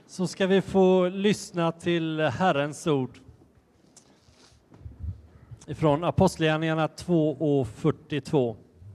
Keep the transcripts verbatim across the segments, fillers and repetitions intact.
Så ska vi få lyssna till Herrens ord. Ifrån Apostlagärningarna två och fyrtiotvå.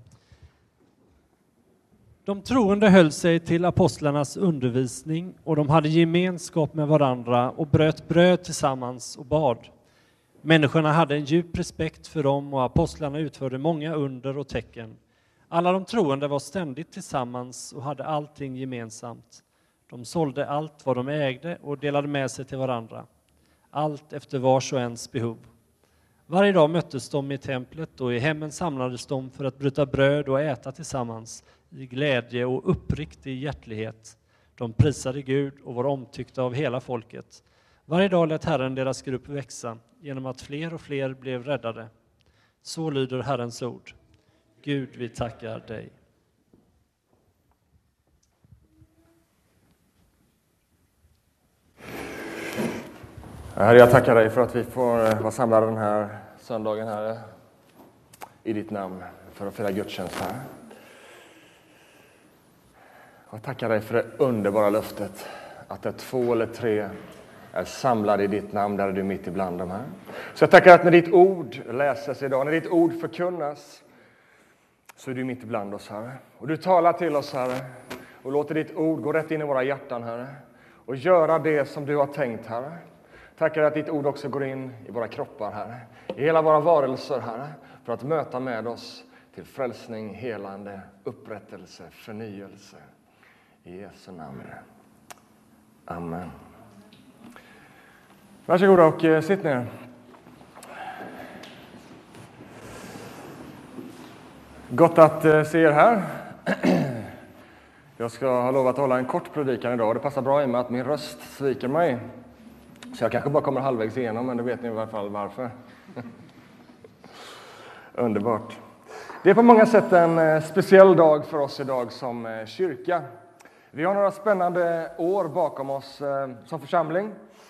De troende höll sig till apostlarnas undervisning och de hade gemenskap med varandra och bröt bröd tillsammans och bad. Människorna hade en djup respekt för dem och apostlarna utförde många under och tecken. Alla de troende var ständigt tillsammans och hade allting gemensamt. De sålde allt vad de ägde och delade med sig till varandra. Allt efter vars och ens behov. Varje dag möttes de i templet och i hemmen samlades de för att bryta bröd och äta tillsammans i glädje och uppriktig hjärtlighet. De prisade Gud och var omtyckta av hela folket. Varje dag lät Herren deras grupp växa genom att fler och fler blev räddade. Så lyder Herrens ord. Gud, vi tackar dig. Herre, jag tackar dig för att vi får vara samlade den här söndagen här i ditt namn för att fira gudstjänst här. Jag tackar dig för det underbara löftet att det två eller tre är samlade i ditt namn, där är du mitt ibland dem här. Så jag tackar att när ditt ord läses idag, när ditt ord förkunnas, så är du mitt ibland oss, Herre. Och du talar till oss, Herre, och låter ditt ord gå rätt in i våra hjärtan, Herre, och göra det som du har tänkt, Herre. Tackar att ditt ord också går in i våra kroppar, Herre, i hela våra varelser, Herre, för att möta med oss till frälsning, helande, upprättelse, förnyelse. I Jesu namn. Amen. Varsågoda och eh, sitt ner. Gott att eh, se er här. Jag ska ha lovat att hålla en kort predikan idag. Det passar bra i och med att min röst sviker mig. Så jag kanske bara kommer halvvägs igenom, men det vet ni i alla fall varför. Underbart. Det är på många sätt en speciell dag för oss idag som kyrka. Vi har några spännande år bakom oss som församling.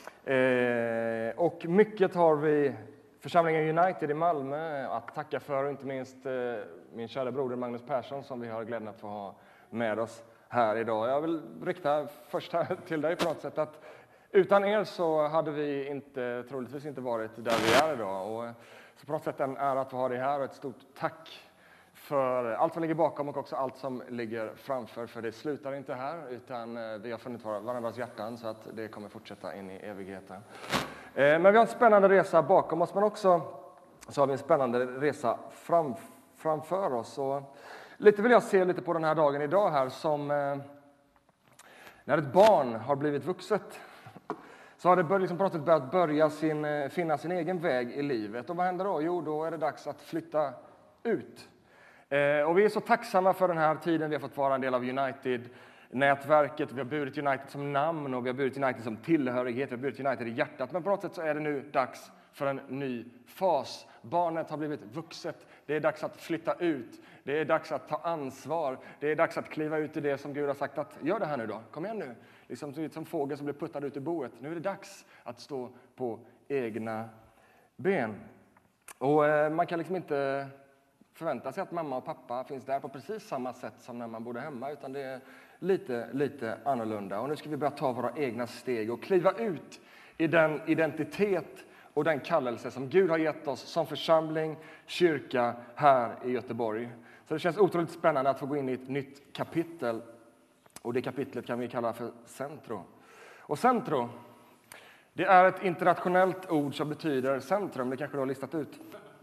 Och mycket har vi församlingen United i Malmö att tacka för. Inte minst min kära broder Magnus Persson som vi har glädjen att få ha med oss här idag. Jag vill rikta först här till dig på något sätt att utan er så hade vi inte, troligtvis inte varit där vi är idag. Och så på något sätt en ära att få ha dig här och ett stort tack för allt som ligger bakom och också allt som ligger framför. För det slutar inte här, utan vi har funnit varandras hjärtan så att det kommer fortsätta in i evigheten. Men vi har en spännande resa bakom oss, men också så har vi en spännande resa fram, framför oss. Och lite vill jag se lite på den här dagen idag här som när ett barn har blivit vuxet. Så har det liksom på något sätt börjat börja sin, finna sin egen väg i livet. Och vad händer då? Jo, då är det dags att flytta ut. Eh, och vi är så tacksamma för den här tiden. Vi har fått vara en del av United-nätverket. Vi har burit United som namn och vi har burit United som tillhörighet. Vi har burit United i hjärtat. Men på något sätt så är det nu dags för en ny fas. Barnet har blivit vuxet. Det är dags att flytta ut. Det är dags att ta ansvar. Det är dags att kliva ut i det som Gud har sagt att gör det här nu då. Kom igen nu. Liksom som fågel som blir puttad ut i boet. Nu är det dags att stå på egna ben. Och eh, man kan liksom inte förvänta sig att mamma och pappa finns där på precis samma sätt som när man bodde hemma. Utan det är lite, lite annorlunda. Och nu ska vi börja ta våra egna steg och kliva ut i den identitet och den kallelse som Gud har gett oss som församling, kyrka här i Göteborg. Så det känns otroligt spännande att få gå in i ett nytt kapitel. Och det kapitlet kan vi kalla för Centro. Och Centro, det är ett internationellt ord som betyder centrum. Det kanske du har listat ut.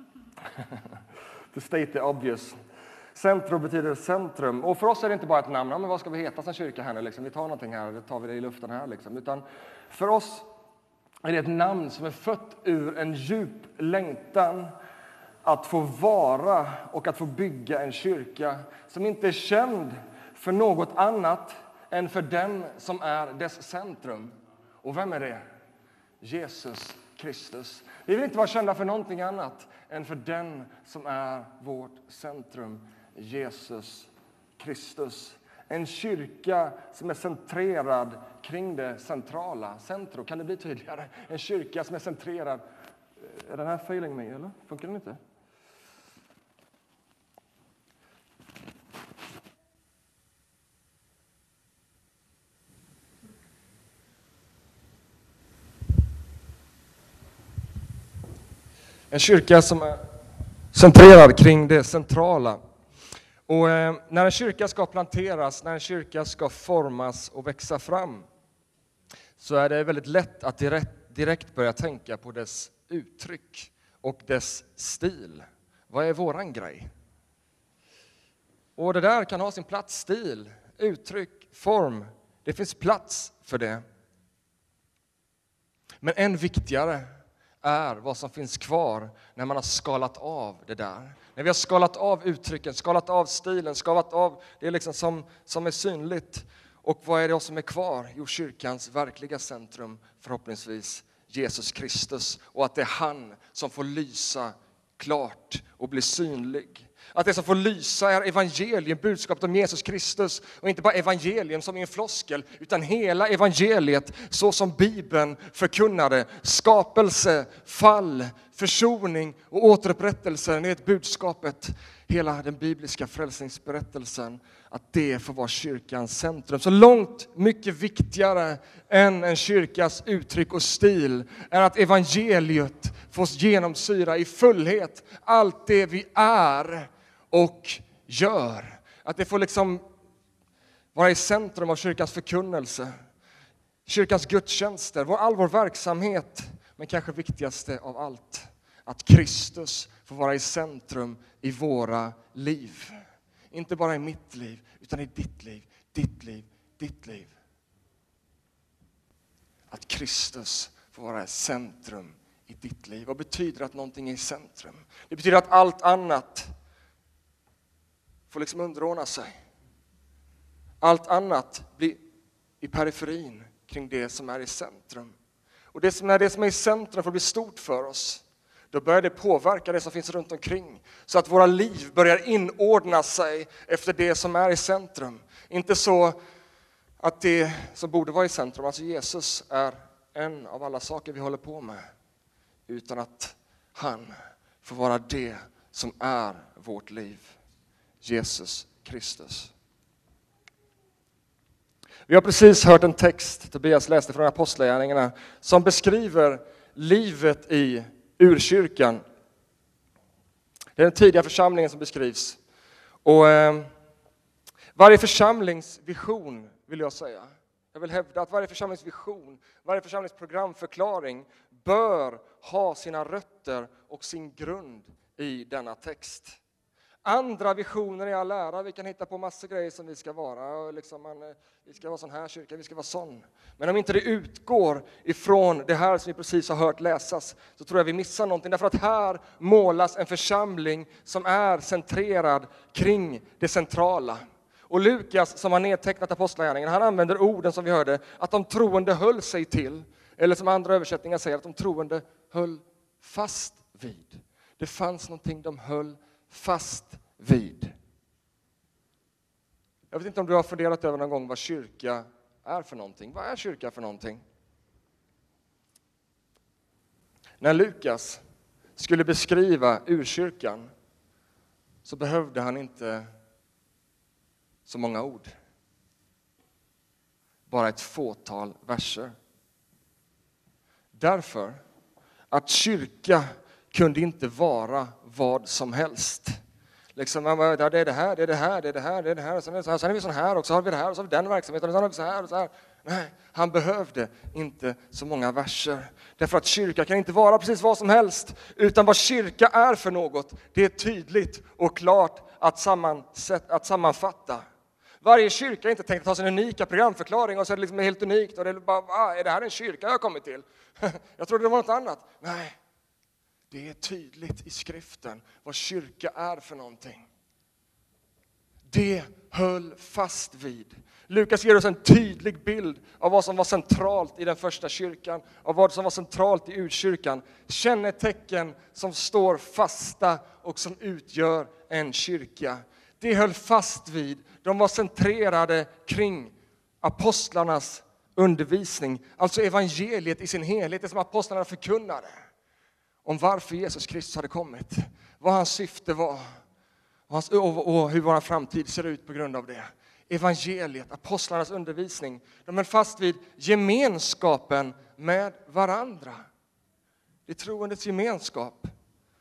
To state the obvious. Centro betyder centrum. Och för oss är det inte bara ett namn. Men vad ska vi heta som kyrka här nu? Liksom? Vi tar någonting här, det tar vi det i luften här. Liksom. Utan för oss är det ett namn som är fött ur en djup längtan att få vara och att få bygga en kyrka som inte är känd för något annat än för den som är dess centrum. Och vem är det? Jesus Kristus. Vi vill inte vara kända för någonting annat än för den som är vårt centrum. Jesus Kristus. En kyrka som är centrerad kring det centrala. Centrum, kan det bli tydligare? En kyrka som är centrerad. Är den här failing mig eller? Funkar den inte? En kyrka som är centrerad kring det centrala. Och eh, när en kyrka ska planteras, när en kyrka ska formas och växa fram, så är det väldigt lätt att direkt, direkt börja tänka på dess uttryck och dess stil. Vad är våran grej? Och det där kan ha sin plats, stil, uttryck, form. Det finns plats för det. Men än viktigare är vad som finns kvar när man har skalat av det där. När vi har skalat av uttrycken, skalat av stilen, skalat av det liksom som, som är synligt. Och vad är det som är kvar? Jo, kyrkans verkliga centrum, förhoppningsvis Jesus Kristus. Och att det är han som får lysa klart och bli synlig. Att det som får lysa är evangelium, budskapet om Jesus Kristus. Och inte bara evangelium som är en floskel, utan hela evangeliet så som Bibeln förkunnade. Skapelse, fall, försoning och återupprättelse är ett budskapet. Hela den bibliska frälsningsberättelsen, att det får vara kyrkans centrum. Så långt mycket viktigare än en kyrkas uttryck och stil är att evangeliet får genomsyra i fullhet allt det vi är och gör. Att det får liksom vara i centrum av kyrkans förkunnelse, kyrkans gudstjänster, all vår verksamhet, men kanske viktigaste av allt, att Kristus får vara i centrum i våra liv. Inte bara i mitt liv, utan i ditt liv, ditt liv, ditt liv. Att Kristus får vara i centrum i ditt liv. Vad betyder att någonting är i centrum? Det betyder att allt annat får liksom underordna sig. Allt annat blir i periferin kring det som är i centrum. Och det som är det som är i centrum får bli stort för oss. Då börjar det påverka det som finns runt omkring. Så att våra liv börjar inordna sig efter det som är i centrum. Inte så att det som borde vara i centrum, alltså Jesus, är en av alla saker vi håller på med. Utan att han får vara det som är vårt liv. Jesus Kristus. Vi har precis hört en text, Tobias läste från Apostlagärningarna, som beskriver livet i urkyrkan. Det är den tidiga församlingen som beskrivs. Och eh, varje församlingsvision, vill jag säga. Jag vill hävda att varje församlingsvision, varje församlingsprogramförklaring bör ha sina rötter och sin grund i denna text. Andra visioner i all ära, vi kan hitta på massor grejer som vi ska vara. Liksom man, vi ska vara sån här kyrka, vi ska vara sån. Men om inte det utgår ifrån det här som vi precis har hört läsas, så tror jag vi missar någonting. Därför att här målas en församling som är centrerad kring det centrala. Och Lukas, som har nedtecknat Apostlagärningarna, han använder orden som vi hörde, att de troende höll sig till. Eller som andra översättningar säger, att de troende höll fast vid. Det fanns någonting de höll fast vid. Jag vet inte om du har funderat över någon gång vad kyrka är för någonting. Vad är kyrka för någonting? När Lukas skulle beskriva urkyrkan så behövde han inte så många ord. Bara ett fåtal verser. Därför att kyrka kunde inte vara vad som helst. Liksom, det är det här, det är det här, det är det här, det är det här. Sen är, sen är vi sån här och så har vi det här och så har vi den verksamheten och så har vi så här och så här. Nej, han behövde inte så många verser. Därför att kyrka kan inte vara precis vad som helst. Utan vad kyrka är för något, det är tydligt och klart att, sammansätt, att sammanfatta. Varje kyrka är inte tänkt att ha sin unika programförklaring och så är det liksom helt unikt. Och det är bara, ah, är det här en kyrka jag har kommit till? Jag trodde det var något annat. Nej. Det är tydligt i skriften vad kyrka är för någonting. Det höll fast vid. Lukas ger oss en tydlig bild av vad som var centralt i den första kyrkan. Av vad som var centralt i urkyrkan. Kännetecken som står fasta och som utgör en kyrka. Det höll fast vid. De var centrerade kring apostlarnas undervisning. Alltså evangeliet i sin helhet. Det som apostlarna förkunnade. Om varför Jesus Kristus hade kommit. Vad hans syfte var. Och, hans, och, och hur vår framtid ser ut på grund av det. Evangeliet, apostlarnas undervisning. De höll fast vid gemenskapen med varandra. Det är troendets gemenskap.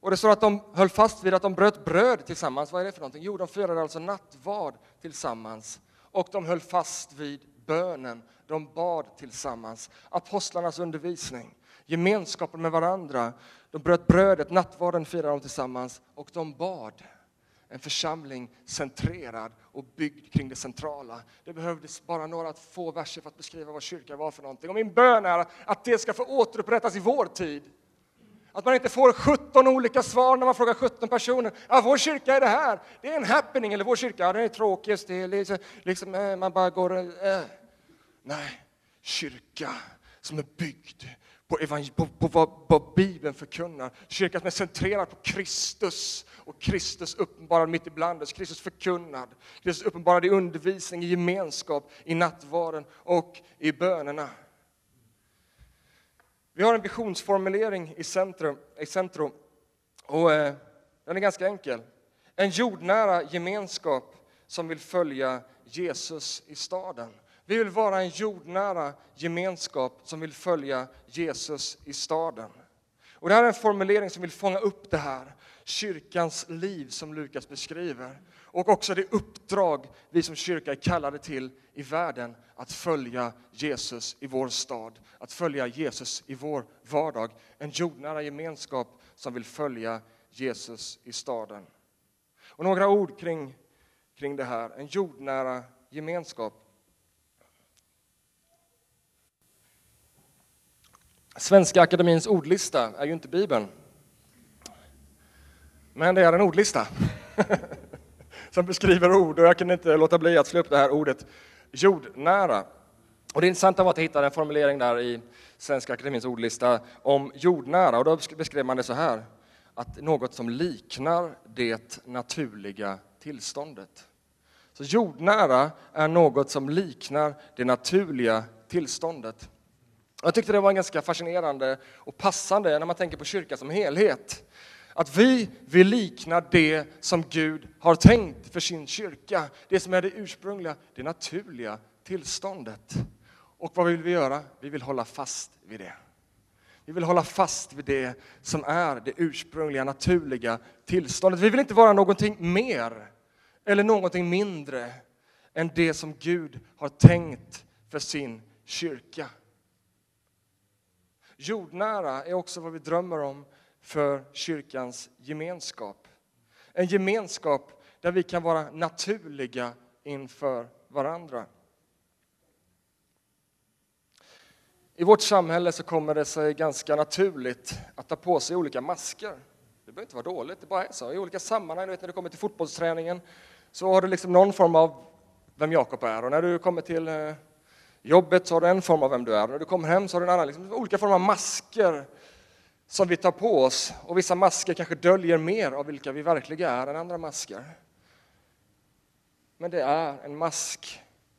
Och det står att de höll fast vid att de bröt bröd tillsammans. Vad är det för någonting? Jo, de firade alltså nattvard tillsammans. Och de höll fast vid bönen. De bad tillsammans. Apostlarnas undervisning. Gemenskapen med varandra. De bröt brödet, nattvarden firade de tillsammans. Och de bad. En församling centrerad och byggd kring det centrala. Det behövdes bara några få verser för att beskriva vad kyrka var för någonting. Och min bön är att det ska få återupprättas i vår tid. Att man inte får sjutton olika svar när man frågar sjutton personer. Ja, vår kyrka är det här. Det är en happening. Eller vår kyrka, ja, det är tråkigt. Det är liksom, liksom äh, man bara går... Äh. Nej, kyrka som är byggd på, evangel- på, på vad, vad Bibeln förkunnar. Kyrka som är centrerad på Kristus. Och Kristus uppenbarad mitt ibland oss. Kristus förkunnad. Kristus uppenbarad i undervisning, i gemenskap, i nattvarden och i bönerna. Vi har en visionsformulering i centrum, i centrum och eh, den är ganska enkel. En jordnära gemenskap som vill följa Jesus i staden. Vi vill vara en jordnära gemenskap som vill följa Jesus i staden. Och det här är en formulering som vill fånga upp det här. Kyrkans liv som Lukas beskriver. Och också det uppdrag vi som kyrka är kallade till i världen. Att följa Jesus i vår stad. Att följa Jesus i vår vardag. En jordnära gemenskap som vill följa Jesus i staden. Och några ord kring, kring det här. En jordnära gemenskap. Svenska Akademins ordlista är ju inte Bibeln. Men det är en ordlista som beskriver ord. Och jag kan inte låta bli att slå upp det här ordet jordnära. Och det intressanta var att hitta en formulering där i Svenska Akademins ordlista om jordnära. Och då beskrev man det så här. Att något som liknar det naturliga tillståndet. Så jordnära är något som liknar det naturliga tillståndet. Jag tyckte det var ganska fascinerande och passande när man tänker på kyrkan som helhet. Att vi vill likna det som Gud har tänkt för sin kyrka. Det som är det ursprungliga, det naturliga tillståndet. Och vad vill vi göra? Vi vill hålla fast vid det. Vi vill hålla fast vid det som är det ursprungliga, naturliga tillståndet. Vi vill inte vara någonting mer eller någonting mindre än det som Gud har tänkt för sin kyrka. Jordnära är också vad vi drömmer om för kyrkans gemenskap. En gemenskap där vi kan vara naturliga inför varandra. I vårt samhälle så kommer det sig ganska naturligt att ta på sig olika masker. Det behöver inte vara dåligt, det bara är så. I olika sammanhang, du vet, när du kommer till fotbollsträningen så har du liksom någon form av vem Jakob är. Och när du kommer till jobbet så har du en form av vem du är. Och när du kommer hem så har du en annan. Liksom, olika former av masker som vi tar på oss. Och vissa masker kanske döljer mer av vilka vi verkligen är än andra masker. Men det är en mask.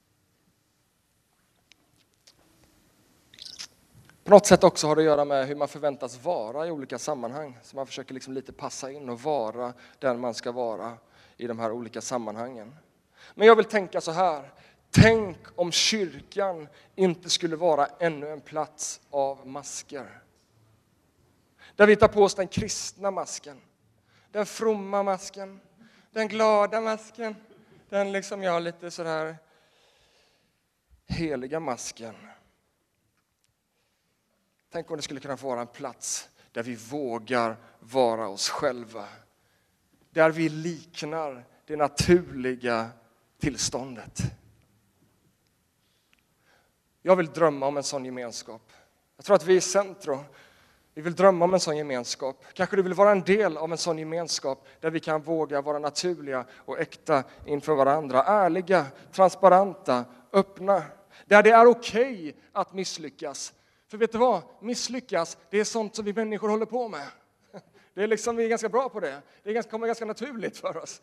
På något sätt också har det att göra med hur man förväntas vara i olika sammanhang. Så man försöker liksom lite passa in och vara den man ska vara i de här olika sammanhangen. Men jag vill tänka så här. Tänk om kyrkan inte skulle vara ännu en plats av masker. Där vi tar på oss den kristna masken. Den fromma masken. Den glada masken. Den liksom, ja, lite sådär heliga masken. Tänk om det skulle kunna vara en plats där vi vågar vara oss själva. Där vi liknar det naturliga tillståndet. Jag vill drömma om en sån gemenskap. Jag tror att vi i Centro, vi vill drömma om en sån gemenskap. Kanske du vill vara en del av en sån gemenskap där vi kan våga vara naturliga och äkta inför varandra. Ärliga, transparenta, öppna. Där det är okej att misslyckas. För vet du vad? Misslyckas, det är sånt som vi människor håller på med. Det är liksom, vi är ganska bra på det. Det är ganska, kommer ganska naturligt för oss.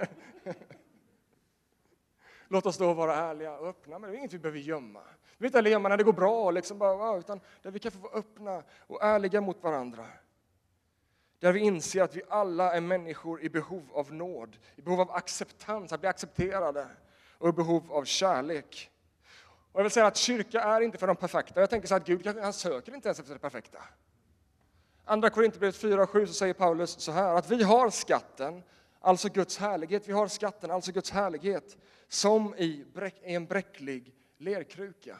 Låt oss då vara ärliga och öppna, men det är inget vi behöver gömma. Vi vill inte gömma när det går bra, liksom bara, wow, utan där vi kan få vara öppna och ärliga mot varandra. Där vi inser att vi alla är människor i behov av nåd, i behov av acceptans, att bli accepterade och i behov av kärlek. Och jag vill säga att kyrka är inte för de perfekta. Jag tänker så att Gud han söker inte ens efter det perfekta. Andra Korinthierbrevet fyra och sju så säger Paulus så här, att vi har skatten, alltså Guds härlighet. Vi har skatten, alltså Guds härlighet, som i en bräcklig lerkruka.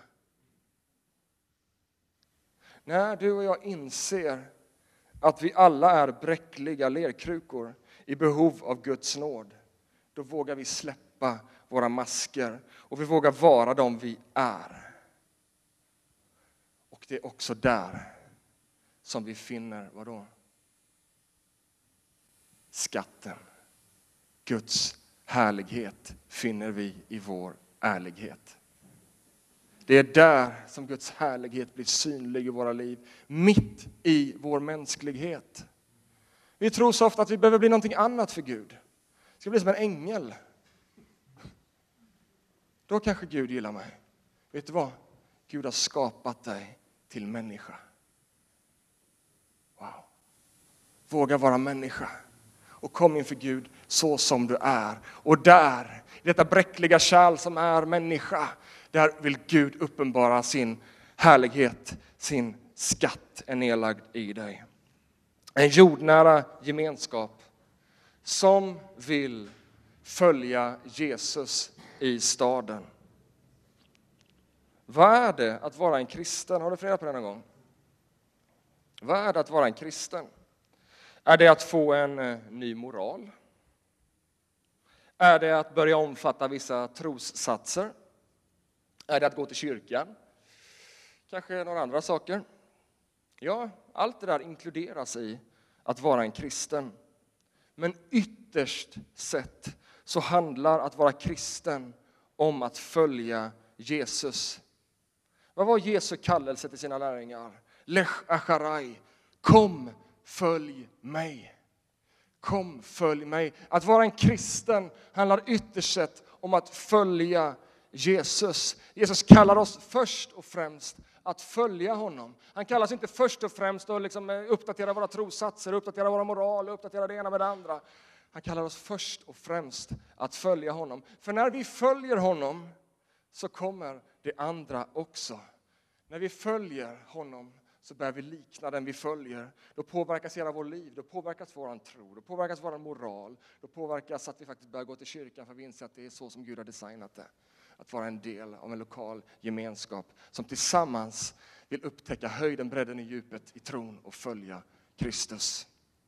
När du och jag inser att vi alla är bräckliga lerkrukor i behov av Guds nåd, då vågar vi släppa våra masker och vi vågar vara de vi är. Och det är också där som vi finner, vadå? Skatten. Guds härlighet finner vi i vår ärlighet. Det är där som Guds härlighet blir synlig i våra liv. Mitt i vår mänsklighet. Vi tror så ofta att vi behöver bli någonting annat för Gud. Det ska bli som en ängel. Då kanske Gud gillar mig. Vet du vad? Gud har skapat dig till människa. Wow. Våga vara människa. Och kom inför Gud så som du är. Och där, i detta bräckliga kärl som är människa, där vill Gud uppenbara sin härlighet, sin skatt är nedlagd i dig. En jordnära gemenskap som vill följa Jesus i staden. Vad är det att vara en kristen? Har du funderat på det någon gång? Vad är det att vara en kristen? Är det att få en eh, ny moral? Är det att börja omfatta vissa trossatser? Är det att gå till kyrkan? Kanske några andra saker? Ja, allt det där inkluderas i att vara en kristen. Men ytterst sett så handlar att vara kristen om att följa Jesus. Vad var Jesu kallelse till sina lärjungar? Lech acharai, kom, följ mig. Kom, följ mig. Att vara en kristen handlar ytterst sett om att följa Jesus. Jesus kallar oss först och främst att följa honom. Han kallar oss inte först och främst att liksom uppdatera våra trossatser, uppdatera våra moral, uppdatera det ena med det andra. Han kallar oss först och främst att följa honom. För när vi följer honom så kommer det andra också. När vi följer honom så börjar vi likna den vi följer. Då påverkas hela vår liv, då påverkas vår tro, då påverkas vår moral. Då påverkas att vi faktiskt börjar gå till kyrkan för att vi inser att det är så som Gud har designat det. Att vara en del av en lokal gemenskap som tillsammans vill upptäcka höjden, bredden och djupet i tron och följa Kristus.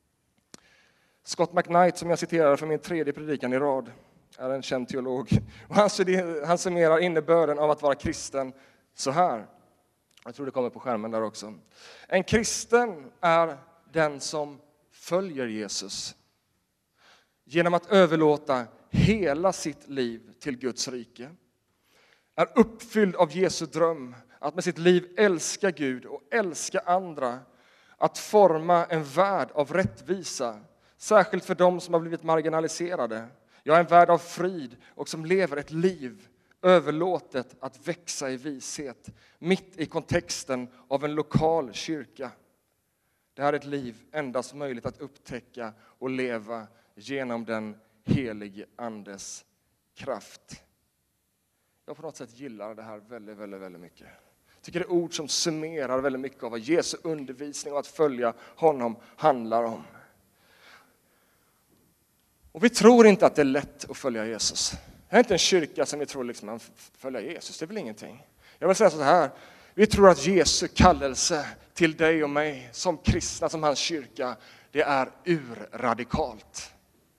Scott McKnight, som jag citerar för min tredje predikan i rad, är en känd teolog. Och han, han summerar innebörden av att vara kristen så här. Jag tror det kommer på skärmen där också. En kristen är den som följer Jesus genom att överlåta hela sitt liv till Guds rike. Är uppfylld av Jesu dröm att med sitt liv älska Gud och älska andra. Att forma en värld av rättvisa, särskilt för dem som har blivit marginaliserade. Jag är en värld av frid och som lever ett liv överlåtet att växa i vishet mitt i kontexten av en lokal kyrka. Det här är ett liv endast möjligt att upptäcka och leva genom den helige andes kraft. Jag på något sätt gillar det här väldigt, väldigt, väldigt mycket. Jag tycker det är ord som summerar väldigt mycket av vad Jesu undervisning och att följa honom handlar om. Och vi tror inte att det är lätt att följa Jesus. Det är inte en kyrka som vi tror liksom att följa Jesus. Det är väl ingenting. Jag vill säga så här. Vi tror att Jesu kallelse till dig och mig som kristna, som hans kyrka, det är urradikalt.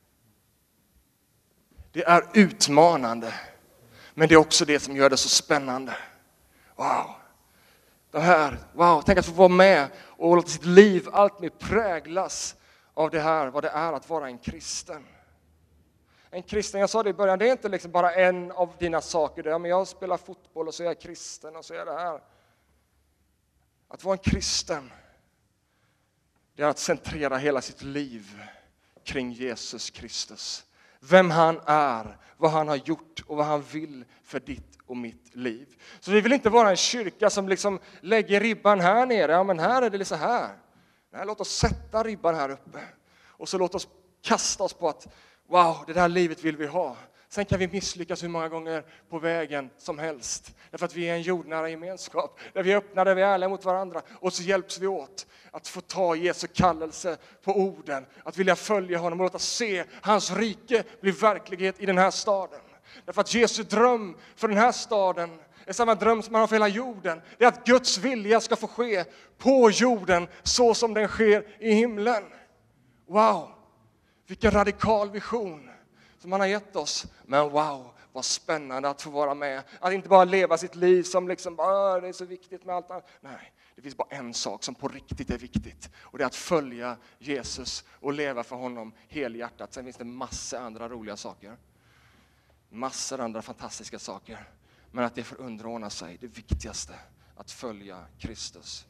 Det är utmanande. Men det är också det som gör det så spännande. Wow. Det här, wow, tänk att få vara med och låta sitt liv allt mer präglas av det här, vad det är att vara en kristen. En kristen, jag sa det i början, det är inte liksom bara en av dina saker. Ja, men jag spelar fotboll och så är jag kristen och så är det här. Att vara en kristen, det är att centrera hela sitt liv kring Jesus Kristus. Vem han är, vad han har gjort och vad han vill för ditt och mitt liv. Så vi vill inte vara en kyrka som liksom lägger ribban här nere. Ja, men här är det så här. Nej, låt oss sätta ribban här uppe. Och så låt oss kasta oss på att wow, det här livet vill vi ha. Sen kan vi misslyckas hur många gånger på vägen som helst. Därför att vi är en jordnära gemenskap. Där vi är öppna, där vi är ärliga mot varandra. Och så hjälps vi åt att få ta Jesu kallelse på orden. Att vilja följa honom och låta se hans rike bli verklighet i den här staden. Därför att Jesu dröm för den här staden är samma dröm som man har för hela jorden. Det är att Guds vilja ska få ske på jorden så som den sker i himlen. Wow, vilken radikal vision som han har gett oss. Men wow, vad spännande att få vara med. Att inte bara leva sitt liv som liksom, ah, det är så viktigt med allt annat. Nej, det finns bara en sak som på riktigt är viktigt. Och det är att följa Jesus och leva för honom helhjärtat. Sen finns det massor andra roliga saker. Massor andra fantastiska saker. Men att det får underordna sig, det viktigaste, att följa Kristus.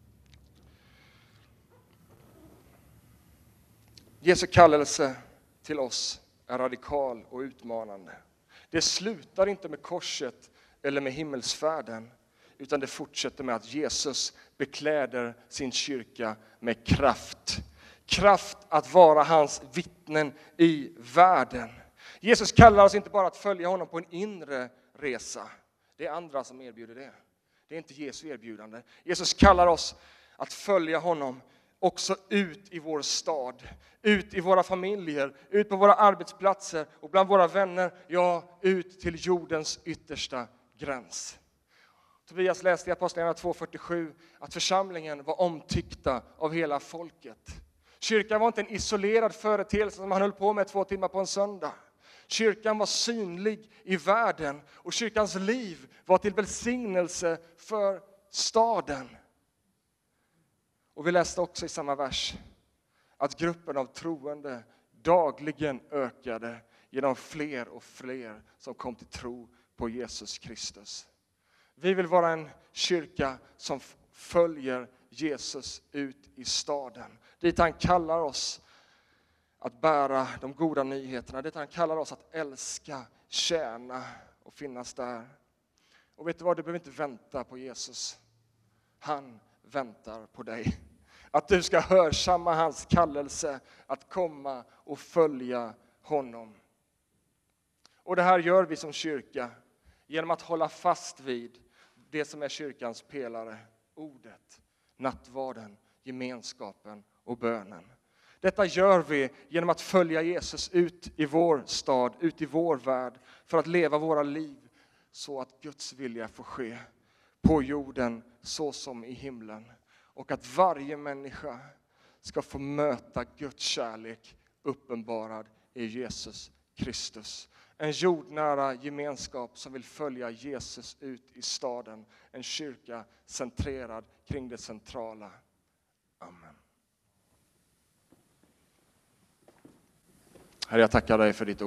Jesu kallelse till oss är radikal och utmanande. Det slutar inte med korset eller med himmelsfärden, utan det fortsätter med att Jesus bekläder sin kyrka med kraft. Kraft att vara hans vittnen i världen. Jesus kallar oss inte bara att följa honom på en inre resa. Det är andra som erbjuder det. Det är inte Jesu erbjudande. Jesus kallar oss att följa honom också ut i vår stad, ut i våra familjer, ut på våra arbetsplatser och bland våra vänner, ja, ut till jordens yttersta gräns. Tobias läste i Apostlagärningarna två fyrtiosju att församlingen var omtyckta av hela folket. Kyrkan var inte en isolerad företeelse som man höll på med två timmar på en söndag. Kyrkan var synlig i världen och kyrkans liv var till välsignelse för staden. Och vi läste också i samma vers att gruppen av troende dagligen ökade genom fler och fler som kom till tro på Jesus Kristus. Vi vill vara en kyrka som följer Jesus ut i staden. Dit han kallar oss att bära de goda nyheterna. Dit han kallar oss att älska, tjäna och finnas där. Och vet du vad, du behöver inte vänta på Jesus. Han väntar på dig. Att du ska hörsamma hans kallelse att komma och följa honom. Och det här gör vi som kyrka genom att hålla fast vid det som är kyrkans pelare. Ordet, nattvarden, gemenskapen och bönen. Detta gör vi genom att följa Jesus ut i vår stad, ut i vår värld. För att leva våra liv så att Guds vilja får ske på jorden så som i himlen. Och att varje människa ska få möta Guds kärlek uppenbarad i Jesus Kristus. En jordnära gemenskap som vill följa Jesus ut i staden. En kyrka centrerad kring det centrala. Amen. Herre, jag tackar dig för ditt ord.